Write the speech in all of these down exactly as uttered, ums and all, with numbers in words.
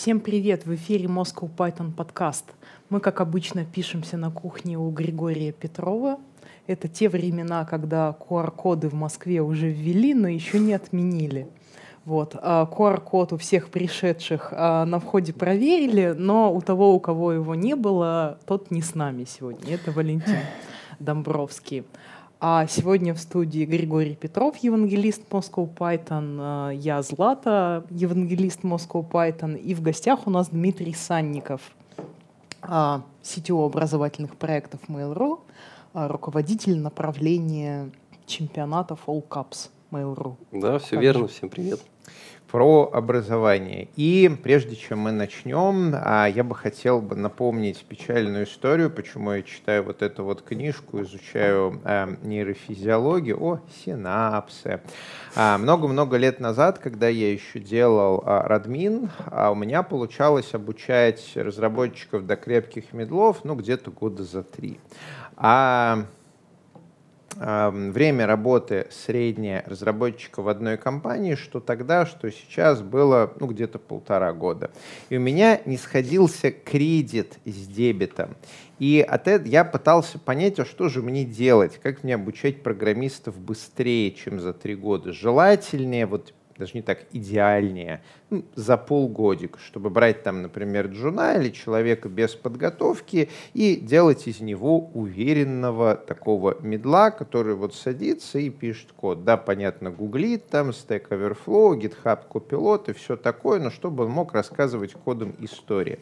Всем привет! В эфире Moscow Python подкаст. Мы, как обычно, пишемся на кухне у Григория Петрова. Это те времена, когда ку ар-коды в Москве уже ввели, но еще не отменили. Вот. А ку ар-код у всех пришедших а, на входе проверили, но у того, у кого его не было, тот не с нами сегодня. Это Валентин Домбровский. А сегодня в студии Григорий Петров, евангелист Moscow Python, я Злата, евангелист Moscow Python, и в гостях у нас Дмитрий Санников, си ти о образовательных проектов Mail.ru, руководитель направления чемпионатов All Cups Mail.ru. Да, все как верно, же? всем привет. Про образование. И прежде чем мы начнем, я бы хотел бы напомнить печальную историю, почему я читаю вот эту вот книжку, изучаю нейрофизиологию, о, синапсы. Много-много лет назад, когда я еще делал Радмин, у меня получалось обучать разработчиков до крепких медлов, ну, где-то года за три. А время работы среднее разработчика в одной компании, что тогда, что сейчас, было ну, где-то полтора года. И у меня не сходился кредит с дебетом. И от этого я пытался понять, а что же мне делать, как мне обучать программистов быстрее, чем за три года. Желательнее, вот даже не так, идеальнее, ну, за полгодика, чтобы брать там, например, джуна или человека без подготовки и делать из него уверенного такого медла, который вот садится и пишет код. Да, понятно, гуглит там, Stack Overflow, GitHub Copilot и все такое, но чтобы он мог рассказывать кодом истории.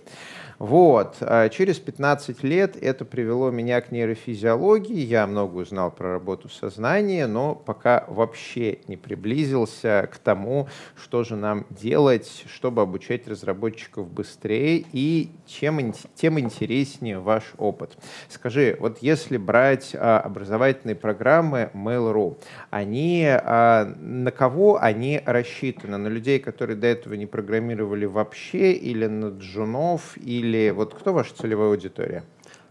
Вот. Через пятнадцать лет это привело меня к нейрофизиологии. Я много узнал про работу сознания, но пока вообще не приблизился к тому, что же нам делать, чтобы обучать разработчиков быстрее и чем, тем интереснее ваш опыт. Скажи, вот если брать а, образовательные программы Mail.ru, они, а, на кого они рассчитаны? На людей, которые до этого не программировали вообще, или на джунов, или Или вот кто ваша целевая аудитория?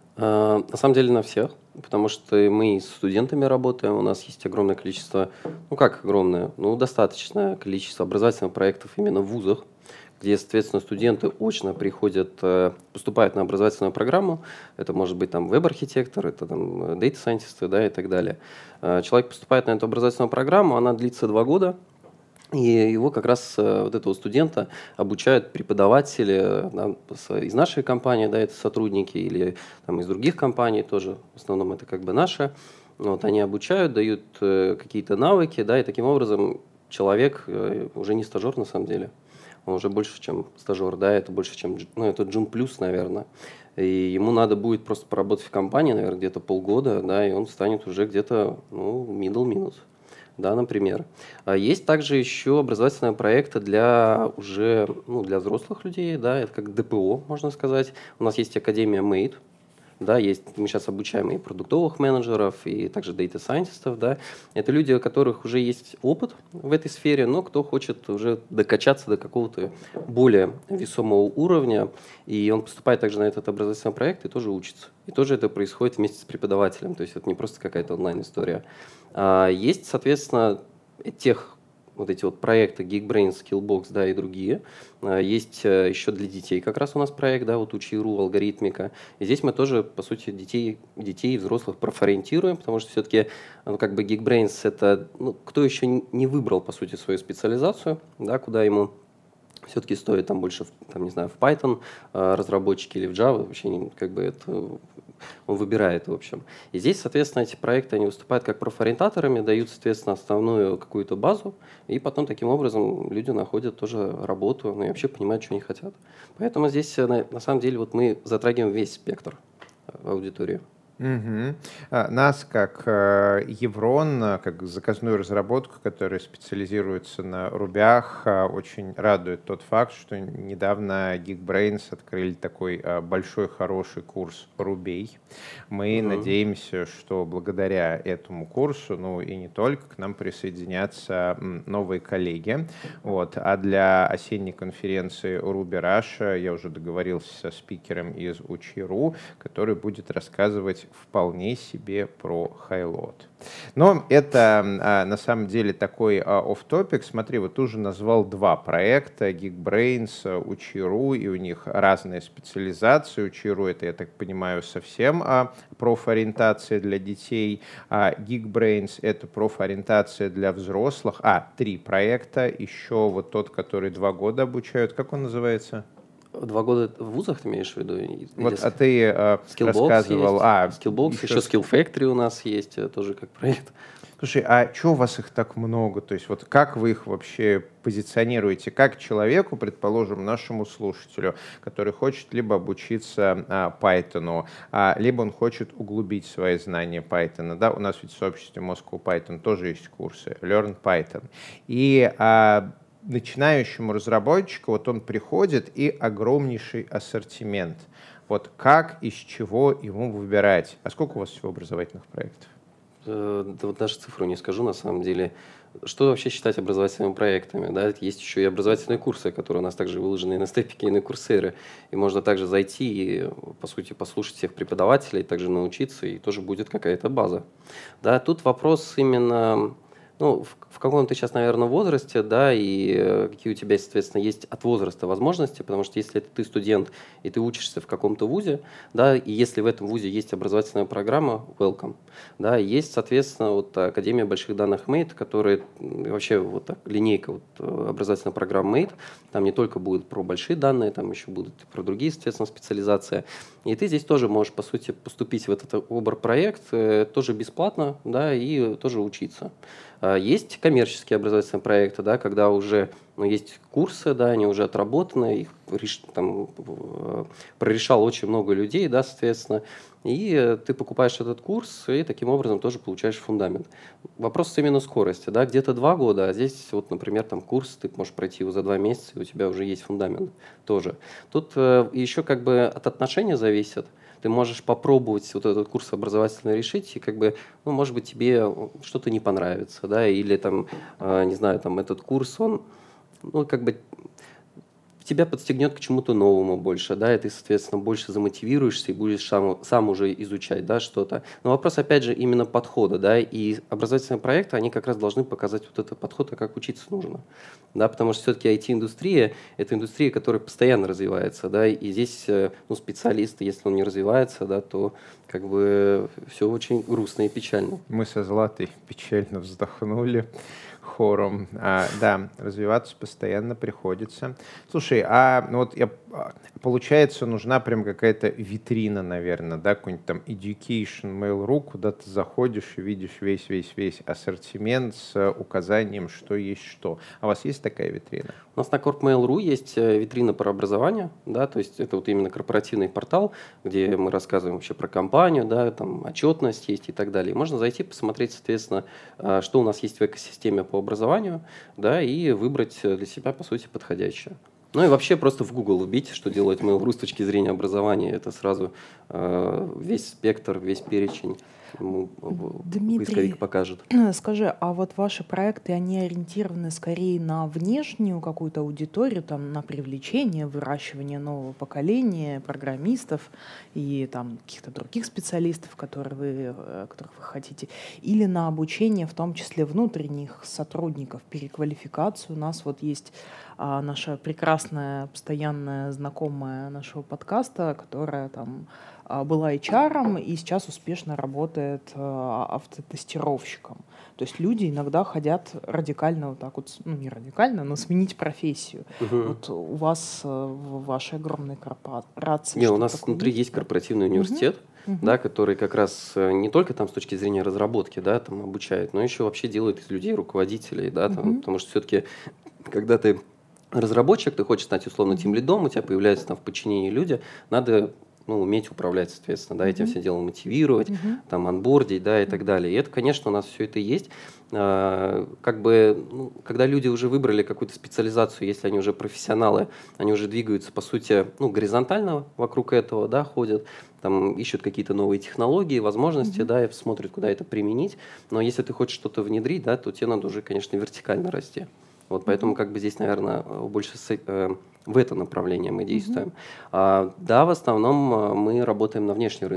А, на самом деле на всех, потому что мы с студентами работаем, у нас есть огромное количество, ну как огромное, ну достаточное количество образовательных проектов именно в вузах, где, соответственно, студенты очно приходят, поступают на образовательную программу, это может быть там веб-архитектор, это там data-сайентисты, да, и так далее. Человек поступает на эту образовательную программу, она длится два года, и его как раз, вот этого студента, обучают преподаватели да, из нашей компании, да, это сотрудники, или там, из других компаний тоже, в основном это как бы наши. Вот, они обучают, дают э, какие-то навыки, да, и таким образом человек э, уже не стажер на самом деле. Он уже больше, чем стажер, да, это больше, чем, ну, это джун плюс, наверное. И ему надо будет просто поработать в компании, наверное, где-то полгода, да, и он станет уже где-то, ну, middle минус. Да, например. Есть также еще образовательные проекты для уже ну, для взрослых людей, да, это как ди пи о, можно сказать. У нас есть Академия Mate, да, есть, мы сейчас обучаем и продуктовых менеджеров, и также дейта-сайентистов, да. Это люди, у которых уже есть опыт в этой сфере, но кто хочет уже докачаться до какого-то более весомого уровня, и он поступает также на этот образовательный проект и тоже учится. И тоже это происходит вместе с преподавателем, то есть это не просто какая-то онлайн-история. А есть, соответственно, тех вот эти вот проекты Geekbrains, Skillbox, да, и другие. Есть еще для детей как раз у нас проект, да, вот Учи.ру, алгоритмика. И здесь мы тоже, по сути, детей, детей и взрослых профориентируем, потому что все-таки, ну, как бы Geekbrains — это, ну, кто еще не выбрал, по сути, свою специализацию, да, куда ему все-таки стоит там больше, там, не знаю, в Python разработчики или в Java, вообще не, как бы это он выбирает, в общем. И здесь, соответственно, эти проекты, они выступают как профориентаторами, дают, соответственно, основную какую-то базу, и потом таким образом люди находят тоже работу, ну и вообще понимают, что они хотят. Поэтому здесь, на, на самом деле, вот мы затрагиваем весь спектр аудитории. Угу. Нас, как э, Еврон, как заказную разработку, которая специализируется на рубях, э, очень радует тот факт, что недавно Geekbrains открыли такой э, большой, хороший курс рубей. Мы угу. надеемся, что благодаря этому курсу, ну и не только, к нам присоединятся новые коллеги. Вот. А для осенней конференции Ruby Russia я уже договорился со спикером из Учи.ру, который будет рассказывать, вполне себе про Highload. Но это на самом деле такой офф-топик. Смотри, вот ты уже назвал два проекта: Geekbrains, Учи.ру, и у них разные специализации. Учи.ру — это, я так понимаю, совсем профориентация для детей, а Geekbrains — это профориентация для взрослых. А, три проекта. Еще вот тот, который два года обучают. Как он называется? Два года в вузах, ты имеешь в виду? Вот, а ты э, рассказывал... Есть, а, Skillbox, еще, еще Skill Factory у нас есть, тоже как проект. Слушай, а что у вас их так много? То есть вот как вы их вообще позиционируете? Как человеку, предположим, нашему слушателю, который хочет либо обучиться а, Python, а, либо он хочет углубить свои знания Python, да? У нас ведь в сообществе Moscow Python тоже есть курсы Learn Python. И а, начинающему разработчику вот он приходит и огромнейший ассортимент. Вот как, из чего ему выбирать? А сколько у вас всего образовательных проектов? Да вот даже цифру не скажу на самом деле. Что вообще считать образовательными проектами? Да? Есть еще и образовательные курсы, которые у нас также выложены и на Степике, и на Курсере. И можно также зайти и, по сути, послушать всех преподавателей, также научиться, и тоже будет какая-то база. Да, тут вопрос именно... Ну, в, в каком ты сейчас, наверное, возрасте, да, и э, какие у тебя, соответственно, есть от возраста возможности, потому что если это ты студент, и ты учишься в каком-то вузе, да, и если в этом вузе есть образовательная программа, welcome, да, есть, соответственно, вот Академия больших данных Mate, которая вообще вот так, линейка вот, образовательной программы Mate, там не только будет про большие данные, там еще будут и про другие, соответственно, специализации. И ты здесь тоже можешь, по сути, поступить в этот обр-проект э, тоже бесплатно, да, и тоже учиться. Есть коммерческие образовательные проекты, да, когда уже ну, есть курсы, да, они уже отработаны, их реш, там, прорешало очень много людей, да, соответственно, и ты покупаешь этот курс и таким образом тоже получаешь фундамент. Вопрос именно скорости, да, где-то два года, а здесь вот, например, там курс, ты можешь пройти его за два месяца, и у тебя уже есть фундамент тоже. Тут э, еще как бы от отношения зависит. Ты можешь попробовать вот этот курс образовательный решить, и как бы, ну, может быть, тебе что-то не понравится, да, или там, э, не знаю, там этот курс, он, ну, как бы тебя подстегнет к чему-то новому больше, да, и ты, соответственно, больше замотивируешься и будешь сам, сам уже изучать, да, что-то. Но вопрос, опять же, именно подхода, да, и образовательные проекты, они как раз должны показать вот этот подход, а как учиться нужно, да, потому что все-таки ай ти-индустрия – это индустрия, которая постоянно развивается, да, и здесь, ну, специалисты, если он не развивается, да, то как бы все очень грустно и печально. Мы со Златой печально вздохнули хором. А, да, развиваться постоянно приходится. Слушай, а вот я, получается, нужна прям какая-то витрина, наверное, да, какой-нибудь там Education, Mail.ru, куда ты заходишь и видишь весь-весь-весь ассортимент с указанием, что есть что. А у вас есть такая витрина? У нас на Corp.Mail.ru есть витрина про образование, да, то есть это вот именно корпоративный портал, где мы рассказываем вообще про компанию, да, там отчетность есть и так далее. И можно зайти, посмотреть, соответственно, что у нас есть в экосистеме по образованию, да, и выбрать для себя, по сути, подходящее. Ну и вообще просто в Google вбить, что делает Mail.ru с точки зрения образования. Это сразу э, весь спектр, весь перечень ему поисковик покажет. Скажи, а вот ваши проекты, они ориентированы скорее на внешнюю какую-то аудиторию, там, на привлечение, выращивание нового поколения программистов и там каких-то других специалистов, которые вы, которых вы хотите, или на обучение, в том числе внутренних сотрудников, переквалификацию? У нас вот есть а, наша прекрасная, постоянная знакомая нашего подкаста, которая там была эйч ар и сейчас успешно работает автотестировщиком. То есть люди иногда хотят радикально вот так вот, ну не радикально, но сменить профессию. Угу. Вот у вас в вашей огромной корпорации... Не, у нас внутри есть, есть корпоративный университет, угу. да, который как раз не только там с точки зрения разработки, да, там обучает, но еще вообще делает из людей руководителей, да, там, угу. потому что все-таки, когда ты разработчик, ты хочешь стать условно тимлидом, у тебя появляются там в подчинении люди, надо ну, уметь управлять, соответственно, да, этим mm-hmm. все делом мотивировать, mm-hmm. там, анбордить, да, и так далее. И это, конечно, у нас все это есть. А, как бы, ну, когда люди уже выбрали какую-то специализацию, если они уже профессионалы, они уже двигаются, по сути, ну, горизонтально вокруг этого, да, ходят, там, ищут какие-то новые технологии, возможности, mm-hmm. да, и смотрят, куда это применить. Но если ты хочешь что-то внедрить, да, то тебе надо уже, конечно, вертикально расти. Вот поэтому, как бы, здесь, наверное, больше с, э, в это направление мы действуем. Mm-hmm. А, да, в основном мы работаем на внешний рынок.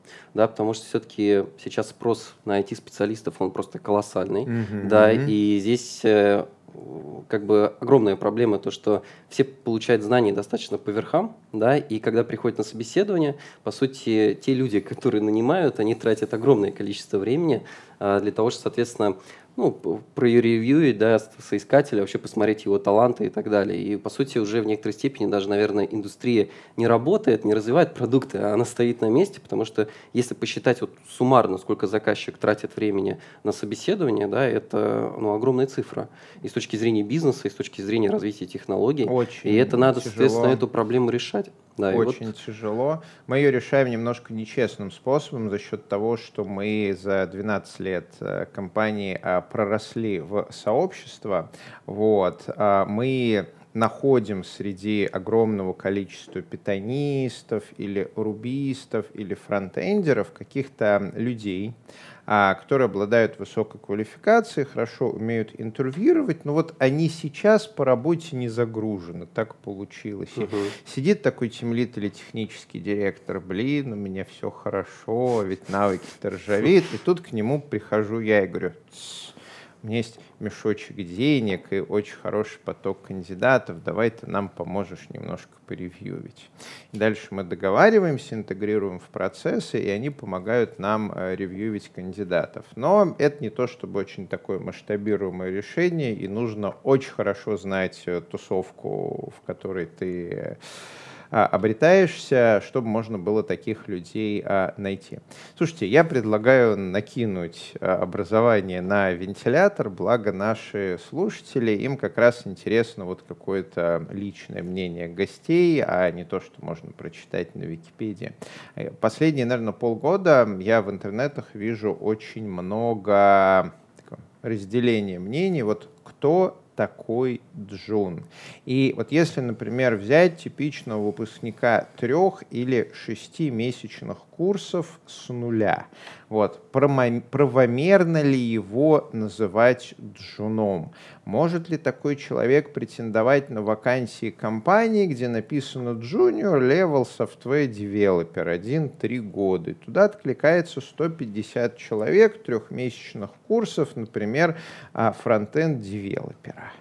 да, потому что все-таки сейчас спрос на ай ти-специалистов, он просто колоссальный, Мгм. да, и здесь э, как бы огромная проблема то, что все получают знания достаточно по верхам, да, и когда приходят на собеседование, по сути, те люди, которые нанимают, они тратят огромное количество времени а, для того, чтобы, соответственно, ну, проревьюить, да, соискателя, вообще посмотреть его таланты и так далее. И, по сути, уже в некоторой степени даже, наверное, индустрия не работает, не развивает продукты, а она стоит на месте, потому что если посчитать вот суммарно, сколько заказчик тратит времени на собеседование, да, это, ну, огромная цифра. И с точки зрения бизнеса, и с точки зрения развития технологий. Очень И это надо, тяжело. соответственно, эту проблему решать. Да, и Очень вот тяжело. Мы ее решаем немножко нечестным способом за счет того, что мы за двенадцать лет э, компании а, проросли в сообщество. Вот. А, мы находим среди огромного количества питонистов или рубистов или фронтендеров каких-то людей, а, которые обладают высокой квалификацией, хорошо умеют интервьюировать, но вот они сейчас по работе не загружены, так получилось. И мгм. сидит такой тимлид или технический директор, блин, у меня все хорошо, ведь навыки-то ржавеют, и тут к нему прихожу я и говорю: «Тс, у меня есть мешочек денег и очень хороший поток кандидатов, давай ты нам поможешь немножко поревьювить». И дальше мы договариваемся, интегрируем в процессы, и они помогают нам э, ревьювить кандидатов. Но это не то чтобы очень такое масштабируемое решение, и нужно очень хорошо знать э, тусовку, в которой ты э, а, обретаешься, чтобы можно было таких людей а, найти. Слушайте, я предлагаю накинуть а, образование на вентилятор, благо наши слушатели, им как раз интересно вот какое-то личное мнение гостей, а не то, что можно прочитать на Википедии. Э, Последние, наверное, полгода я в интернетах вижу очень много такого разделения мнений. Вот кто такой джун? И вот если, например, взять типичного выпускника трех или шестимесячных курсов с нуля, вот, промо- правомерно ли его называть джуном? Может ли такой человек претендовать на вакансии компании, где написано Junior Level Software Developer, один-три года? И туда откликается сто пятьдесят человек трехмесячных курсов, например, фронтенд-девелопера.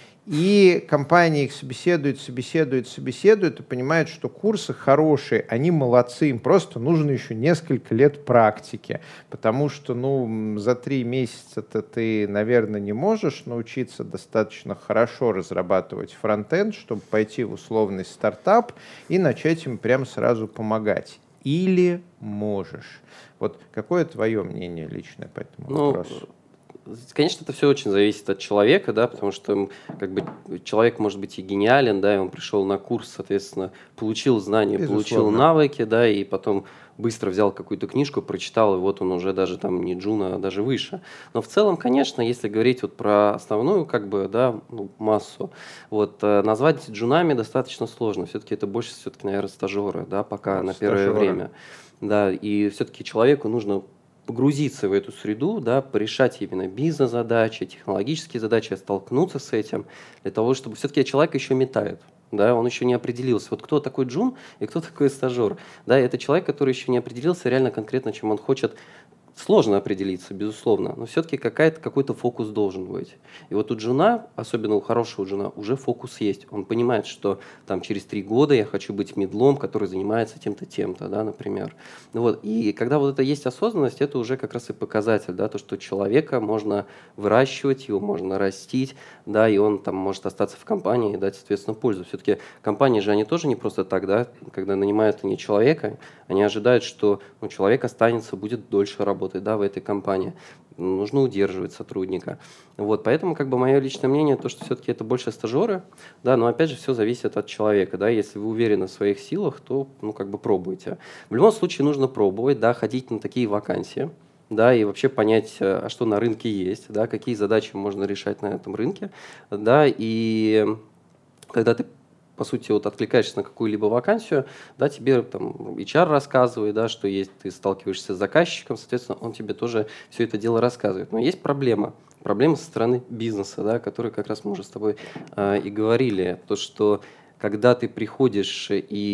И компания их собеседует, собеседует, собеседует и понимает, что курсы хорошие, они молодцы, им просто нужно еще несколько лет практики, потому что ну, за три месяца-то ты, наверное, не можешь научиться достаточно хорошо разрабатывать фронтенд, чтобы пойти в условный стартап и начать им прямо сразу помогать. Или можешь? Вот какое твое мнение личное по этому Ну, вопросу? конечно, это все очень зависит от человека, да, потому что м, как бы человек может быть и гениален, да, и он пришел на курс, соответственно, получил знания, получил Безусловно. навыки, да, и потом быстро взял какую-то книжку, прочитал, и вот он уже даже там не джуна, а даже выше. Но в целом, конечно, если говорить вот про основную, как бы, да, ну, массу, вот э, назвать джунами достаточно сложно. Все-таки это больше, все-таки, наверное, стажеры, да, пока Ну, на первое стажеры. время. Да, и все-таки человеку нужно погрузиться в эту среду, да, порешать именно бизнес-задачи, технологические задачи, столкнуться с этим, для того, чтобы все-таки человек еще метает. Да, он еще не определился. Вот кто такой джун и кто такой стажер. Да, это человек, который еще не определился реально конкретно, чем он хочет. Сложно определиться, безусловно, но все-таки какая-то, какой-то фокус должен быть. И вот у джуна, особенно у хорошего джуна, уже фокус есть. Он понимает, что там через три года я хочу быть мидлом, который занимается тем-то, тем-то, да, например. Ну вот. И когда вот это есть осознанность, это уже как раз и показатель, да, то, что человека можно выращивать, его можно растить, да, и он там может остаться в компании и дать, соответственно, пользу. Все-таки компании же, они тоже не просто так, да, когда нанимают не человека, они ожидают, что ну, человек останется, будет дольше работать, да, в этой компании. Нужно удерживать сотрудника. Вот, поэтому как бы мое личное мнение, то, что все-таки это больше стажеры, да, но опять же все зависит от человека, да, если вы уверены в своих силах, то, ну, как бы пробуйте. В любом случае нужно пробовать, да, ходить на такие вакансии, да, и вообще понять, а что на рынке есть, да, какие задачи можно решать на этом рынке, да, и когда ты по сути, вот откликаешься на какую-либо вакансию, да, тебе там эйч ар рассказывает, да, что есть, ты сталкиваешься с заказчиком, соответственно, он тебе тоже все это дело рассказывает. Но есть проблема, проблема со стороны бизнеса, да, о которой как раз мы уже с тобой э, и говорили, то, что когда ты приходишь и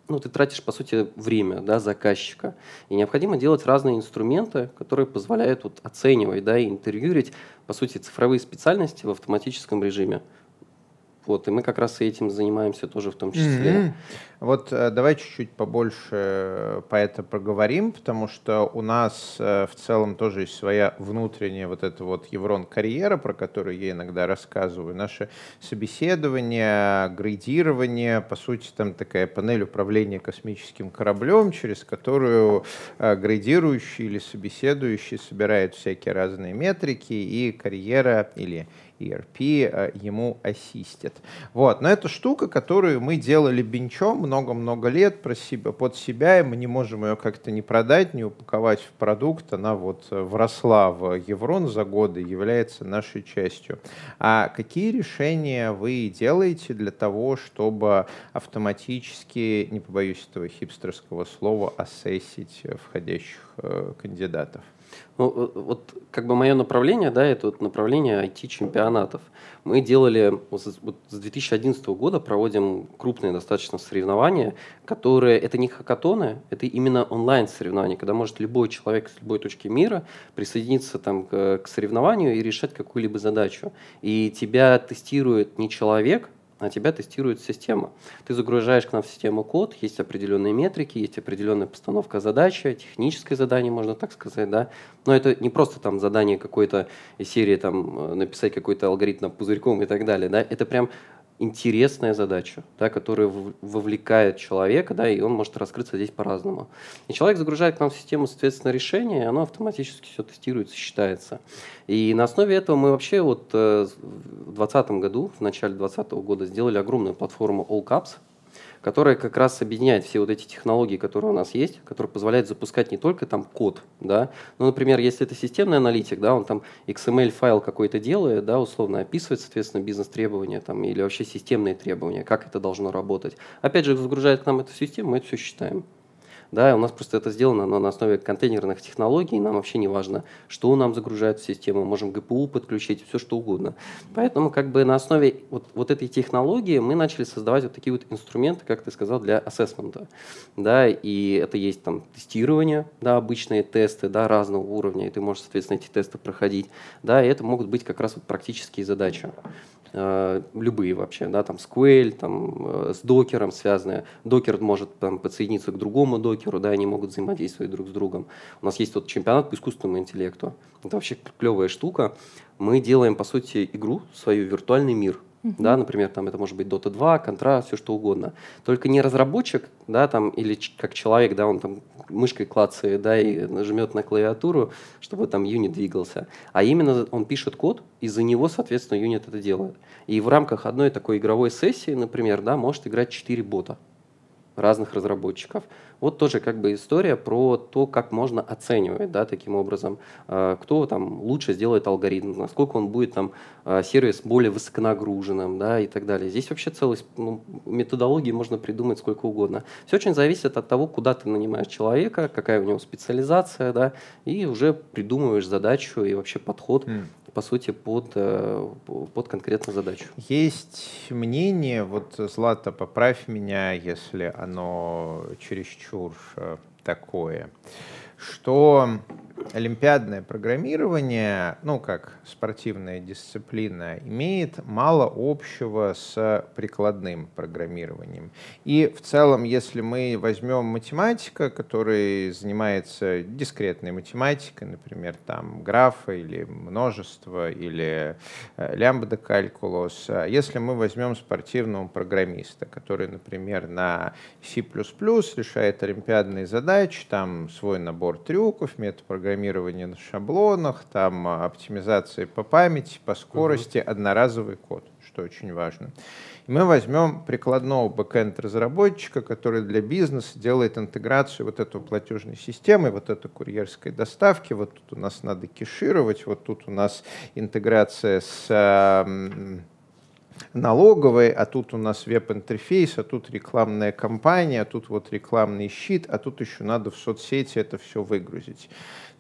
ну, ты тратишь, по сути, время, да, заказчика. И необходимо делать разные инструменты, которые позволяют вот оценивать, да, и интервьюрить, по сути, цифровые специальности в автоматическом режиме. Вот, и мы как раз и этим занимаемся тоже в том числе. Mm-hmm. Вот э, давай чуть-чуть побольше по это проговорим, потому что у нас э, в целом тоже есть своя внутренняя вот эта вот Еврон-карьера, про которую я иногда рассказываю. Наше собеседование, грейдирование, по сути, там такая панель управления космическим кораблем, через которую э, грейдирующий или собеседующий собирает всякие разные метрики, и карьера или и эр пи ему ассистит. Вот. Но это штука, которую мы делали бенчом много-много лет про себя, под себя, и мы не можем ее как-то не продать, не упаковать в продукт. Она вот вросла в Еврон за годы, является нашей частью. А какие решения вы делаете для того, чтобы автоматически, не побоюсь этого хипстерского слова, ассессить входящих э, кандидатов? Ну, вот как бы мое направление, да, это вот направление ай ти-чемпионатов. Мы делали, вот с две тысячи одиннадцатого года проводим крупные достаточно соревнования, которые, это не хакатоны, это именно онлайн-соревнования, когда может любой человек с любой точки мира присоединиться там к, к соревнованию и решать какую-либо задачу. И тебя тестирует не человек, а тебя тестирует система. Ты загружаешь к нам в систему код, есть определенные метрики, есть определенная постановка задачи, техническое задание, можно так сказать, да. Но это не просто там задание какой-то из серии там написать какой-то алгоритм пузырьком и так далее, да. Это прям интересная задача, да, которая вовлекает человека, да, и он может раскрыться здесь по-разному. И человек загружает к нам в систему, соответственно, решение, и оно автоматически все тестируется, считается. И на основе этого мы вообще вот в двадцатом году, в начале двадцатого года сделали огромную платформу All Caps, которая как раз объединяет все вот эти технологии, которые у нас есть, которые позволяют запускать не только там код, да, ну, например, если это системный аналитик, да, он там икс эм эль-файл какой-то делает, да, условно описывает, соответственно, бизнес-требования там, или вообще системные требования, как это должно работать. Опять же, загружает к нам эту систему, мы это все считаем. Да, у нас просто это сделано но на основе контейнерных технологий, нам вообще не важно, что нам загружают в систему, можем джи пи ю подключить, все что угодно. Поэтому как бы на основе вот, вот этой технологии мы начали создавать вот такие вот инструменты, как ты сказал, для ассессмента. Да, и это есть там тестирование, да, обычные тесты, да, разного уровня, и ты можешь, соответственно, эти тесты проходить. Да, и это могут быть как раз вот практические задачи. Любые вообще, да, там Squale, там, с докером связанные. Докер может там, подсоединиться к другому докеру, да, они могут взаимодействовать друг с другом. У нас есть вот чемпионат по искусственному интеллекту. Это вообще клевая штука. Мы делаем, по сути, игру, свою виртуальный мир. Uh-huh. Да, например, там это может быть дота два, Contra, все что угодно. Только не разработчик, да, там, или как человек, да, он там мышкой клацает, да, и нажмет на клавиатуру, чтобы там юнит двигался. А именно он пишет код, и за него, соответственно, юнит это делает. И в рамках одной такой игровой сессии, например, да, может играть четыре бота разных разработчиков. Вот тоже как бы история про то, как можно оценивать, да, таким образом, э, кто там лучше сделает алгоритм, насколько он будет там э, сервис более высоконагруженным, да, и так далее. Здесь вообще целые ну, методологии можно придумать сколько угодно. Все очень зависит от того, куда ты нанимаешь человека, какая у него специализация, да, и уже придумываешь задачу и вообще подход. Mm. по сути, под, под конкретную задачу. Есть мнение, вот, Злата, поправь меня, если оно чересчур такое, что олимпиадное программирование, ну, как спортивная дисциплина, имеет мало общего с прикладным программированием. И в целом, если мы возьмем математика, который занимается дискретной математикой, например, там графа или множество, или лямбда-калькулус, если мы возьмем спортивного программиста, который, например, на си плюс плюс решает олимпиадные задачи, там свой набор трюков, метод программирования на шаблонах, там оптимизации по памяти, по скорости, угу. одноразовый код, что очень важно. И мы возьмем прикладного бэкэнд-разработчика, который для бизнеса делает интеграцию вот этой платежной системы, вот этой курьерской доставки. Вот тут у нас надо кешировать, вот тут у нас интеграция с э, налоговой, а тут у нас веб-интерфейс, а тут рекламная кампания, а тут вот рекламный щит, а тут еще надо в соцсети это все выгрузить.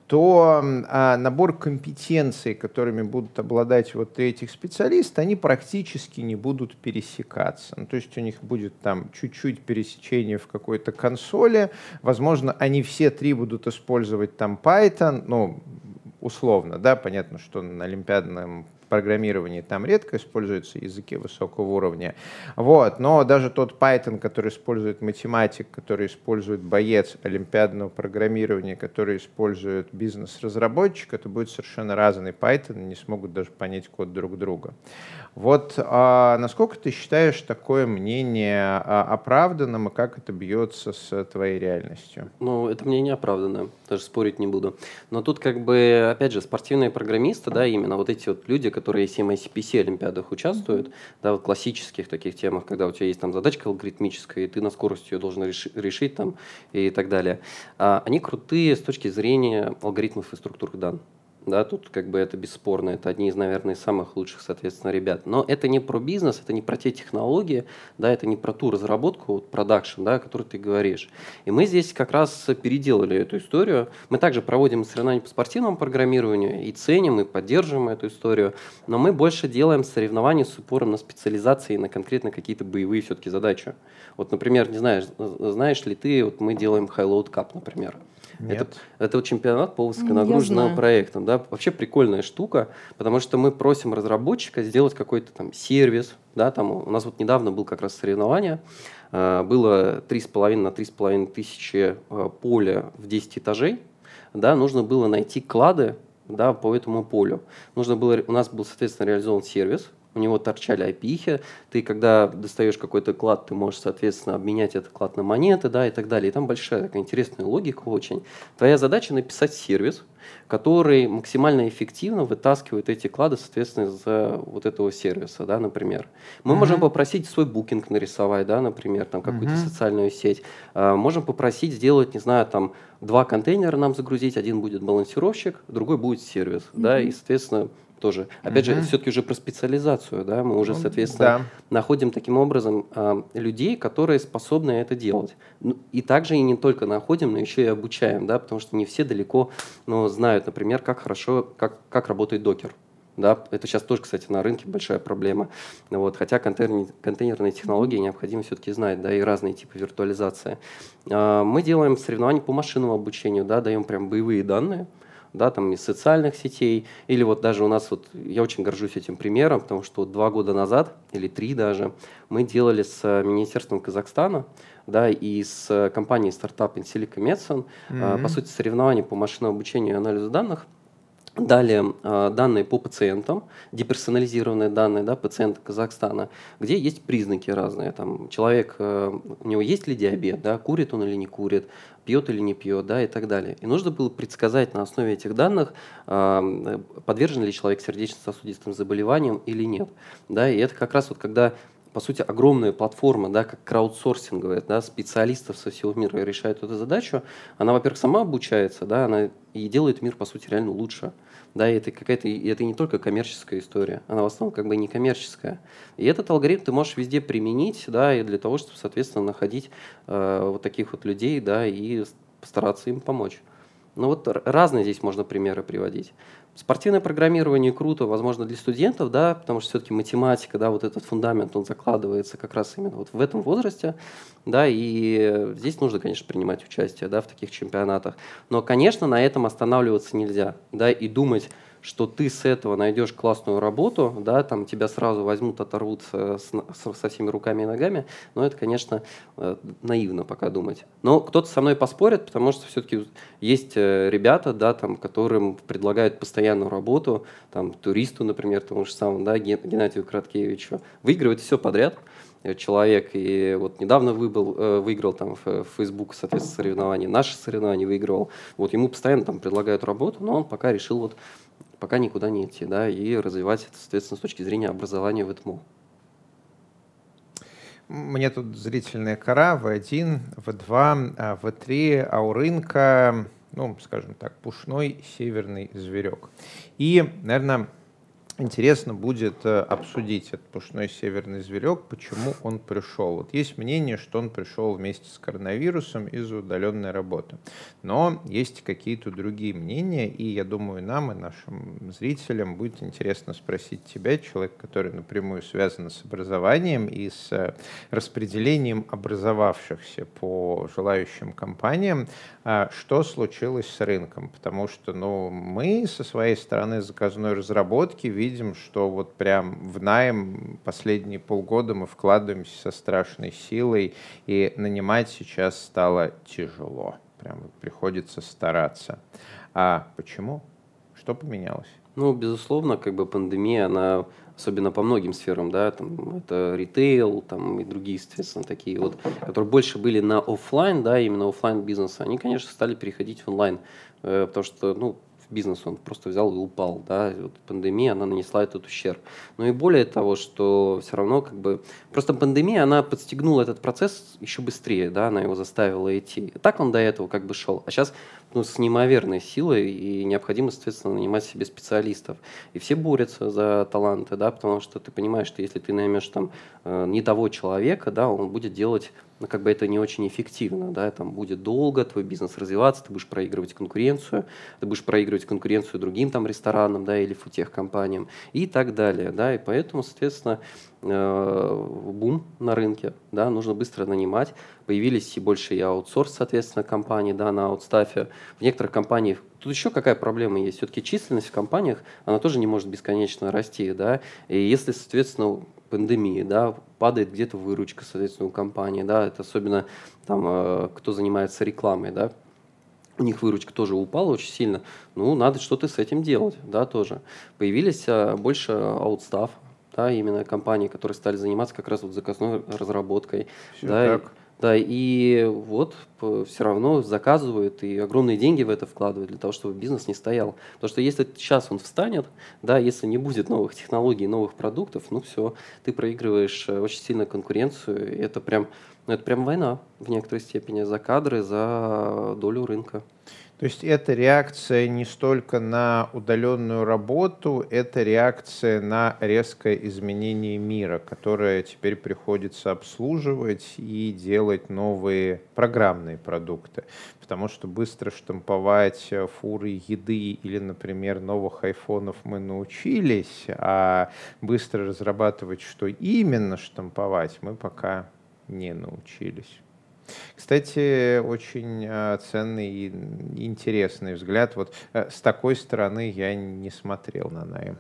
то а, набор компетенций, которыми будут обладать вот этих специалистов, они практически не будут пересекаться. Ну, то есть у них будет там чуть-чуть пересечение в какой-то консоли. Возможно, они все три будут использовать там Python, ну, условно, да, понятно, что на олимпиадном программировании там редко используются языки высокого уровня. Вот. Но даже тот Python, который использует математик, который использует боец олимпиадного программирования, который использует бизнес-разработчик, это будет совершенно разный Python, не смогут даже понять код друг друга. Вот а насколько ты считаешь такое мнение оправданным, и как это бьется с твоей реальностью? Ну, это мнение оправданное, даже спорить не буду. Но тут как бы, опять же, спортивные программисты, да, именно вот эти вот люди, которые в эм ай си пи си олимпиадах участвуют, да, вот классических таких темах, когда у тебя есть там задачка алгоритмическая, и ты на скорости ее должен реши- решить там и так далее, а, они крутые с точки зрения алгоритмов и структур данных. Да, тут как бы это бесспорно, это одни из, наверное, самых лучших, соответственно, ребят. Но это не про бизнес, это не про те технологии, да, это не про ту разработку, вот, продакшн, да, о которой ты говоришь. И мы здесь как раз переделали эту историю. Мы также проводим соревнования по спортивному программированию и ценим, и поддерживаем эту историю, но мы больше делаем соревнования с упором на специализации, на конкретно какие-то боевые все-таки задачи. Вот, например, не знаешь, знаешь ли ты, вот мы делаем High Load Cup, например. Это, это вот чемпионат по высоконагруженным проектам. Да? Вообще прикольная штука, потому что мы просим разработчика сделать какой-то там сервис. Да? Там у нас вот недавно был как раз соревнование. Было три с половиной на три с половиной тысячи поля в десять этажей. Да? Нужно было найти клады, да, по этому полю. Нужно было, у нас был, соответственно, реализован сервис. У него торчали ай пи-хи, ты, когда достаешь какой-то клад, ты можешь, соответственно, обменять этот клад на монеты, да, и так далее. И там большая такая интересная логика очень. Твоя задача написать сервис, который максимально эффективно вытаскивает эти клады, соответственно, из вот этого сервиса, да, например. Мы uh-huh. можем попросить свой букинг нарисовать, да, например, там какую-то uh-huh. социальную сеть. А, можем попросить сделать, не знаю, там два контейнера нам загрузить, один будет балансировщик, другой будет сервис, uh-huh. да, и, соответственно, тоже. Опять uh-huh. же, все-таки уже про специализацию, да, мы уже, ну, соответственно, да. находим таким образом э, людей, которые способны это делать. Ну, и также и не только находим, но еще и обучаем, да, потому что не все далеко, ну, знают, например, как хорошо, как, как работает докер. Да, это сейчас тоже, кстати, на рынке большая проблема. Вот, хотя контейнер, контейнерные технологии необходимо все-таки знать, да, и разные типы виртуализации. Э, мы делаем соревнования по машинному обучению, да, даем прям боевые данные, да, там из социальных сетей, или вот даже у нас, вот, я очень горжусь этим примером, потому что вот два года назад, или три даже, мы делали с Министерством Казахстана, да, и с компанией стартап Insilico Medicine, mm-hmm. по сути, соревнования по машинному обучению и анализу данных. Далее э, данные по пациентам, деперсонализированные данные, да, пациента Казахстана, где есть признаки разные. Там, человек, э, у него есть ли диабет, да, курит он или не курит, пьет или не пьет, да, и так далее. И нужно было предсказать на основе этих данных, э, подвержен ли человек сердечно-сосудистым заболеваниям или нет. Да, и это как раз вот когда, по сути, огромная платформа, да, как краудсорсинговая, да, специалистов со всего мира решает эту задачу, она, во-первых, сама обучается, да, она и делает мир, по сути, реально лучше. Да, и это какая-то, и это не только коммерческая история, она в основном как бы не коммерческая. И этот алгоритм ты можешь везде применить, да, и для того, чтобы, соответственно, находить э, вот таких вот людей, да, и постараться им помочь. Ну вот разные здесь можно примеры приводить. Спортивное программирование круто, возможно, для студентов, да, потому что все-таки математика, да, вот этот фундамент, он закладывается как раз именно вот в этом возрасте, да, и здесь нужно, конечно, принимать участие, да, в таких чемпионатах. Но, конечно, на этом останавливаться нельзя, да, и думать, что ты с этого найдешь классную работу, да, там тебя сразу возьмут, оторвут со, со всеми руками и ногами, но это, конечно, наивно пока думать. Но кто-то со мной поспорит, потому что все-таки есть ребята, да, там, которым предлагают постоянную работу, там, туристу, например, тому же самому, да, Геннадию Краткевичу, выигрывает все подряд человек, и вот недавно выбыл, выиграл там в Facebook, соответственно, соревнования, наши соревнования выигрывал, вот ему постоянно там предлагают работу, но он пока решил вот пока никуда не идти, да, и развивать это, соответственно, с точки зрения образования в ЭТМО. Мне тут зрительная кора, вэ один, вэ два, вэ три, а у рынка, ну, скажем так, пушной северный зверек. И, наверное, интересно будет э, обсудить этот пушной северный зверек, почему он пришел. Вот есть мнение, что он пришел вместе с коронавирусом из-за удаленной работы. Но есть какие-то другие мнения, и я думаю, нам и нашим зрителям будет интересно спросить тебя, человек, который напрямую связан с образованием и с э, распределением образовавшихся по желающим компаниям, э, что случилось с рынком. Потому что ну, мы со своей стороны заказной разработки видим, видим, что вот прям в найм последние полгода мы вкладываемся со страшной силой, и нанимать сейчас стало тяжело. Прям приходится стараться. А почему? Что поменялось? Ну, безусловно, как бы пандемия, она особенно по многим сферам, да, там, это ритейл, там, и другие, соответственно, такие вот, которые больше были на офлайн, да, именно офлайн бизнеса, они, конечно, стали переходить в онлайн, э, потому что, ну, бизнес он просто взял и упал, да, и вот пандемия, она нанесла этот ущерб. Но и более того, что все равно как бы, просто пандемия, она подстегнула этот процесс еще быстрее, да, она его заставила идти. И так он до этого как бы шел, а сейчас ну, с неимоверной силой и необходимо, соответственно, нанимать себе специалистов. И все борются за таланты, да, потому что ты понимаешь, что если ты наймешь там э, не того человека, да, он будет делать, ну, как бы это не очень эффективно, да, там будет долго твой бизнес развиваться, ты будешь проигрывать конкуренцию, ты будешь проигрывать конкуренцию другим там ресторанам, да, или футех-компаниям и так далее, да, и поэтому, соответственно, э, бум на рынке, да, нужно быстро нанимать, появились и больше и аутсорс, соответственно, компаний, да, на аутстафе, в некоторых компаниях. Тут еще какая проблема есть, все-таки численность в компаниях, она тоже не может бесконечно расти, да, и если, соответственно, пандемии, да, падает где-то выручка, соответственно, у компании, да, это особенно там, э, кто занимается рекламой, да, у них выручка тоже упала очень сильно, ну, надо что-то с этим делать, да, тоже. Появились а, больше аутстаф, да, именно компании, которые стали заниматься как раз вот заказной разработкой, Все да, так. да, и вот все равно заказывают и огромные деньги в это вкладывают для того, чтобы бизнес не стоял. Потому что если сейчас он встанет, да, если не будет новых технологий, новых продуктов, ну все, ты проигрываешь э, очень сильно конкуренцию. И это прям, ну, это прям война в некоторой степени за кадры, за долю рынка. То есть это реакция не столько на удаленную работу, это реакция на резкое изменение мира, которое теперь приходится обслуживать и делать новые программные продукты. Потому что быстро штамповать фуры еды или, например, новых айфонов мы научились, а быстро разрабатывать, что именно штамповать, мы пока не научились. Кстати, очень э, ценный и интересный взгляд. Вот э, с такой стороны я не смотрел на найм.